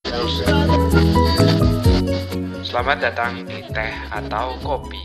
Selamat datang di Teh atau Kopi.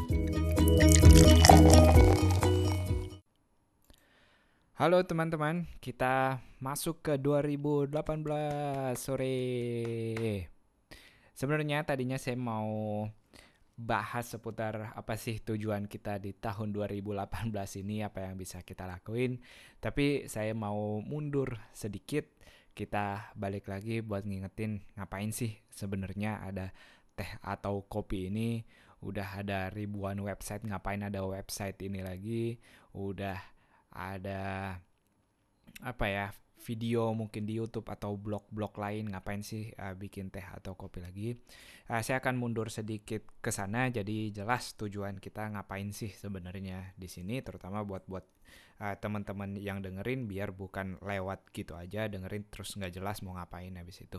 Halo teman-teman, kita masuk ke 2018 sore. Sebenarnya tadinya saya mau bahas seputar apa sih tujuan kita di tahun 2018 ini, apa yang bisa kita lakuin. Tapi saya mau mundur sedikit, kita balik lagi buat ngingetin ngapain sih sebenarnya ada teh atau kopi ini. Udah ada ribuan website, ngapain ada website ini lagi. Udah ada apa ya, video mungkin di YouTube atau blog-blog lain, ngapain sih bikin teh atau kopi lagi. Saya akan mundur sedikit ke sana, jadi jelas tujuan kita ngapain sih sebenarnya di sini, terutama buat teman-teman yang dengerin, biar bukan lewat gitu aja dengerin terus nggak jelas mau ngapain habis itu.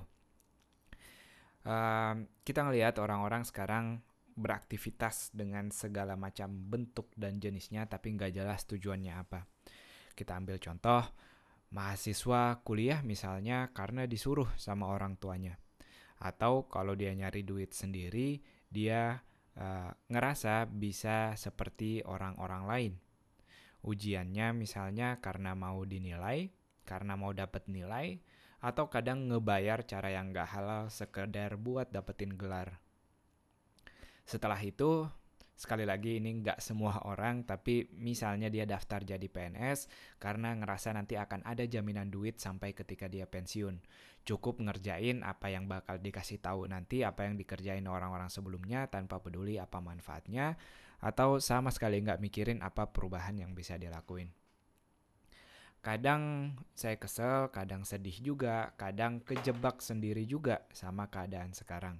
Kita ngelihat orang-orang sekarang beraktivitas dengan segala macam bentuk dan jenisnya, tapi nggak jelas tujuannya apa. Kita ambil contoh, mahasiswa kuliah misalnya karena disuruh sama orang tuanya. Atau kalau dia nyari duit sendiri, dia ngerasa bisa seperti orang-orang lain. Ujiannya misalnya karena mau dinilai, karena mau dapat nilai, atau kadang ngebayar cara yang gak halal sekedar buat dapetin gelar. Setelah itu, sekali lagi ini nggak semua orang, tapi misalnya dia daftar jadi PNS karena ngerasa nanti akan ada jaminan duit sampai ketika dia pensiun. Cukup ngerjain apa yang bakal dikasih tahu nanti, apa yang dikerjain orang-orang sebelumnya tanpa peduli apa manfaatnya, atau sama sekali nggak mikirin apa perubahan yang bisa dilakuin. Kadang saya kesel, kadang sedih juga, kadang kejebak sendiri juga sama keadaan sekarang.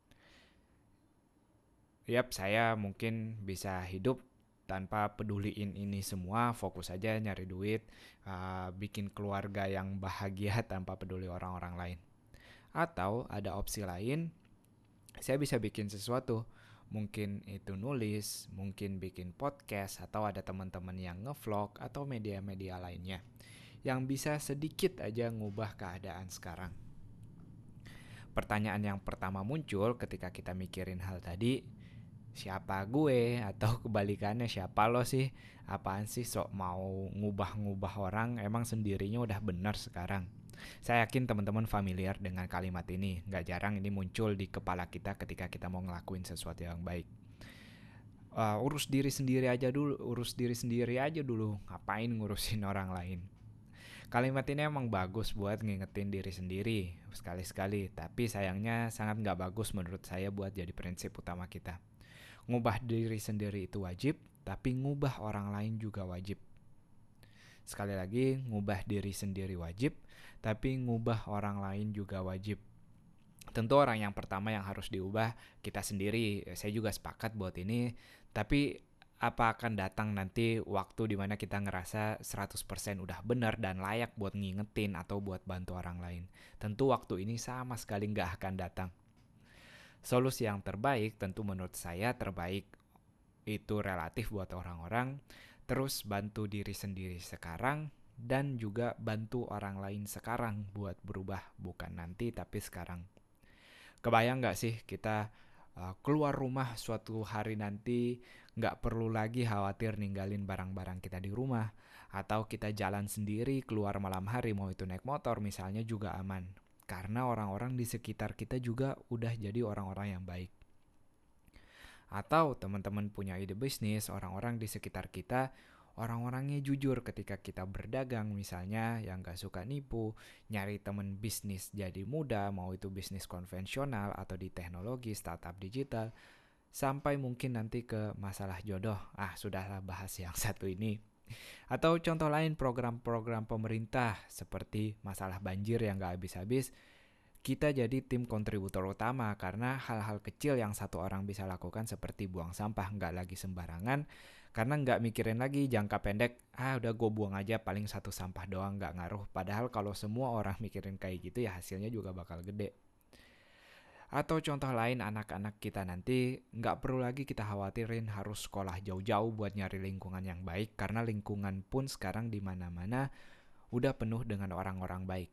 Saya mungkin bisa hidup tanpa peduliin ini semua, fokus aja nyari duit, bikin keluarga yang bahagia tanpa peduli orang-orang lain. Atau ada opsi lain, saya bisa bikin sesuatu, mungkin itu nulis, mungkin bikin podcast, atau ada teman-teman yang ngevlog atau media-media lainnya yang bisa sedikit aja ngubah keadaan sekarang. Pertanyaan yang pertama muncul ketika kita mikirin hal tadi, siapa gue, atau kebalikannya siapa lo sih, apaan sih sok mau ngubah-ngubah orang, emang sendirinya udah benar sekarang. Saya yakin teman-teman familiar dengan kalimat ini, gak jarang ini muncul di kepala kita ketika kita mau ngelakuin sesuatu yang baik. Urus diri sendiri aja dulu, ngapain ngurusin orang lain. Kalimat ini emang bagus buat ngingetin diri sendiri sekali-sekali, tapi sayangnya sangat gak bagus menurut saya buat jadi prinsip utama kita. Ngubah diri sendiri itu wajib, tapi ngubah orang lain juga wajib. Sekali lagi, ngubah diri sendiri wajib, tapi ngubah orang lain juga wajib. Tentu orang yang pertama yang harus diubah kita sendiri. Saya juga sepakat buat ini, tapi apa akan datang nanti waktu dimana kita ngerasa 100% udah benar dan layak buat ngingetin atau buat bantu orang lain. Tentu waktu ini sama sekali gak akan datang. Solusi yang terbaik tentu menurut saya terbaik itu relatif buat orang-orang. Terus bantu diri sendiri sekarang dan juga bantu orang lain sekarang buat berubah, bukan nanti tapi sekarang. Kebayang gak sih kita keluar rumah suatu hari nanti gak perlu lagi khawatir ninggalin barang-barang kita di rumah, atau kita jalan sendiri keluar malam hari, mau itu naik motor misalnya juga aman. Karena orang-orang di sekitar kita juga udah jadi orang-orang yang baik. Atau teman-teman punya ide bisnis, orang-orang di sekitar kita, orang-orangnya jujur ketika kita berdagang misalnya, yang gak suka nipu, nyari temen bisnis jadi mudah, mau itu bisnis konvensional atau di teknologi, startup digital, sampai mungkin nanti ke masalah jodoh. Sudahlah bahas yang satu ini. Atau contoh lain program-program pemerintah seperti masalah banjir yang gak habis-habis, kita jadi tim kontributor utama karena hal-hal kecil yang satu orang bisa lakukan seperti buang sampah nggak lagi sembarangan, karena nggak mikirin lagi jangka pendek, udah gue buang aja paling satu sampah doang nggak ngaruh, padahal kalau semua orang mikirin kayak gitu ya hasilnya juga bakal gede. Atau contoh lain, anak-anak kita nanti nggak perlu lagi kita khawatirin harus sekolah jauh-jauh buat nyari lingkungan yang baik, karena lingkungan pun sekarang di mana-mana udah penuh dengan orang-orang baik.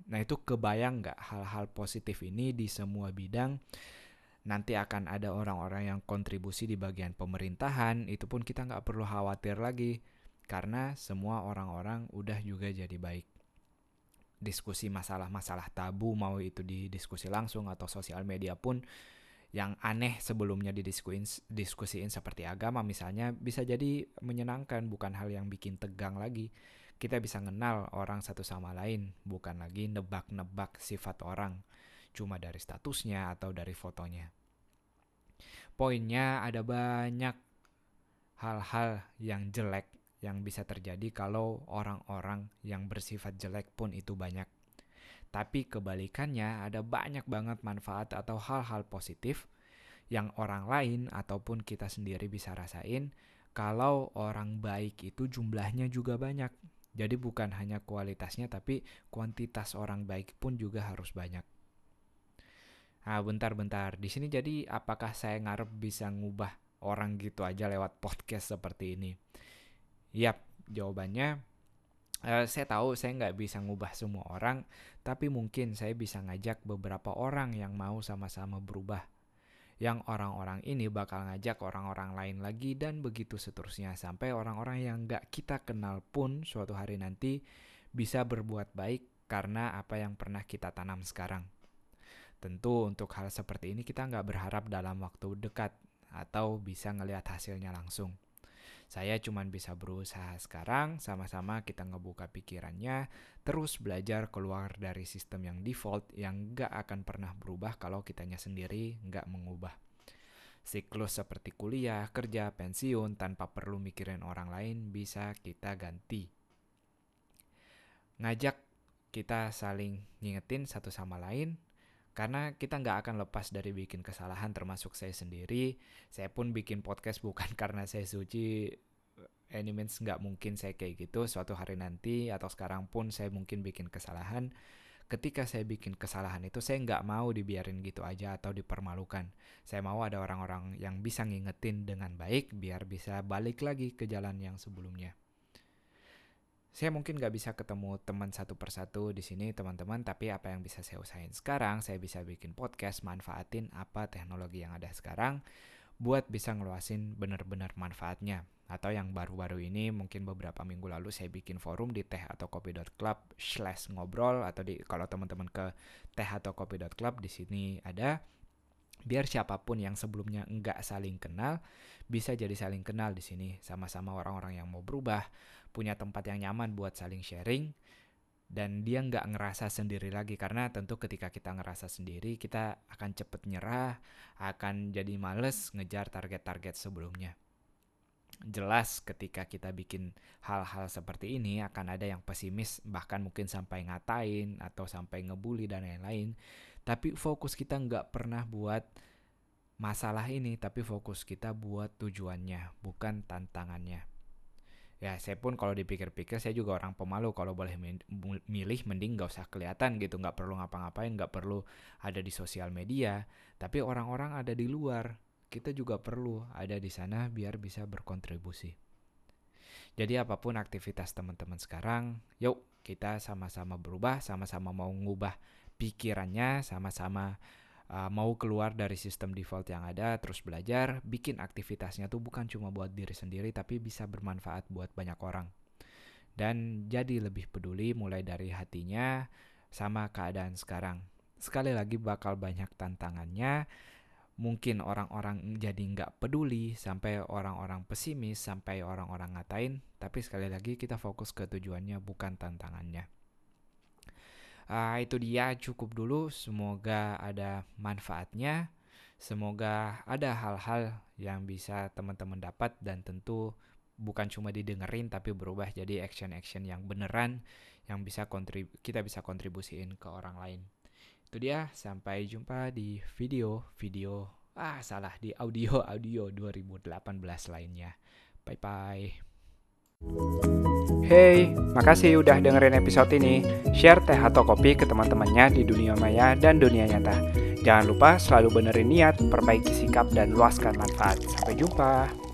Nah itu kebayang nggak hal-hal positif ini di semua bidang? Nanti akan ada orang-orang yang kontribusi di bagian pemerintahan, itu pun kita nggak perlu khawatir lagi. Karena semua orang-orang udah juga jadi baik. Diskusi masalah-masalah tabu, mau itu di diskusi langsung atau sosial media pun, yang aneh sebelumnya didiskusiin seperti agama misalnya, bisa jadi menyenangkan, bukan hal yang bikin tegang lagi. Kita bisa kenal orang satu sama lain, bukan lagi nebak-nebak sifat orang, cuma dari statusnya atau dari fotonya. Poinnya ada banyak hal-hal yang jelek yang bisa terjadi kalau orang-orang yang bersifat jelek pun itu banyak. Tapi kebalikannya ada banyak banget manfaat atau hal-hal positif yang orang lain ataupun kita sendiri bisa rasain kalau orang baik itu jumlahnya juga banyak. Jadi bukan hanya kualitasnya tapi kuantitas orang baik pun juga harus banyak. Nah, bentar. Di sini jadi apakah saya ngarep bisa ngubah orang gitu aja lewat podcast seperti ini? Yap, jawabannya saya tahu saya nggak bisa ngubah semua orang, tapi mungkin saya bisa ngajak beberapa orang yang mau sama-sama berubah. Yang orang-orang ini bakal ngajak orang-orang lain lagi dan begitu seterusnya. Sampai orang-orang yang nggak kita kenal pun suatu hari nanti bisa berbuat baik karena apa yang pernah kita tanam sekarang. Tentu untuk hal seperti ini kita nggak berharap dalam waktu dekat atau bisa ngelihat hasilnya langsung. Saya cuma bisa berusaha sekarang, sama-sama kita ngebuka pikirannya, terus belajar keluar dari sistem yang default yang gak akan pernah berubah kalau kitanya sendiri gak mengubah. Siklus seperti kuliah, kerja, pensiun tanpa perlu mikirin orang lain bisa kita ganti. Ngajak kita saling ngingetin satu sama lain, karena kita nggak akan lepas dari bikin kesalahan, termasuk saya sendiri. Saya pun bikin podcast bukan karena saya suci, any means nggak mungkin saya kayak gitu. Suatu hari nanti atau sekarang pun saya mungkin bikin kesalahan. Ketika saya bikin kesalahan itu saya nggak mau dibiarin gitu aja atau dipermalukan. Saya mau ada orang-orang yang bisa ngingetin dengan baik biar bisa balik lagi ke jalan yang sebelumnya. Saya mungkin gak bisa ketemu teman satu persatu di sini teman-teman, tapi apa yang bisa saya usahain sekarang, saya bisa bikin podcast, manfaatin apa teknologi yang ada sekarang buat bisa ngeluasin benar-benar manfaatnya. Atau yang baru-baru ini mungkin beberapa minggu lalu saya bikin forum di tehataukopi.club/ngobrol, atau kalau teman-teman ke tehataukopi.club di sini ada, biar siapapun yang sebelumnya enggak saling kenal bisa jadi saling kenal di sini, sama-sama orang-orang yang mau berubah, punya tempat yang nyaman buat saling sharing, dan dia nggak ngerasa sendiri lagi. Karena tentu ketika kita ngerasa sendiri, kita akan cepet nyerah, akan jadi males ngejar target-target sebelumnya. Jelas ketika kita bikin hal-hal seperti ini akan ada yang pesimis, bahkan mungkin sampai ngatain atau sampai ngebully dan lain-lain. Tapi fokus kita nggak pernah buat masalah ini, tapi fokus kita buat tujuannya, bukan tantangannya. Ya, saya pun kalau dipikir-pikir saya juga orang pemalu. Kalau boleh milih, mending gak usah kelihatan gitu, gak perlu ngapa-ngapain, gak perlu ada di sosial media. Tapi orang-orang ada di luar, kita juga perlu ada di sana biar bisa berkontribusi. Jadi apapun aktivitas teman-teman sekarang, yuk kita sama-sama berubah, sama-sama mau ngubah pikirannya, sama-sama mau keluar dari sistem default yang ada, terus belajar, bikin aktivitasnya tuh bukan cuma buat diri sendiri, tapi bisa bermanfaat buat banyak orang. Dan jadi lebih peduli mulai dari hatinya sama keadaan sekarang. Sekali lagi bakal banyak tantangannya, mungkin orang-orang jadi nggak peduli, sampai orang-orang pesimis, sampai orang-orang ngatain, tapi sekali lagi kita fokus ke tujuannya, bukan tantangannya. Itu dia, cukup dulu. Semoga ada manfaatnya. Semoga ada hal-hal yang bisa teman-teman dapat, dan tentu bukan cuma didengerin tapi berubah jadi action-action yang beneran yang bisa kita bisa kontribusiin ke orang lain. Itu dia, sampai jumpa di di audio 2018 lainnya. Bye bye. Hey, makasih udah dengerin episode ini. Share Teh atau Kopi ke teman-temannya di dunia maya dan dunia nyata. Jangan lupa selalu benerin niat, perbaiki sikap, dan luaskan manfaat. Sampai jumpa.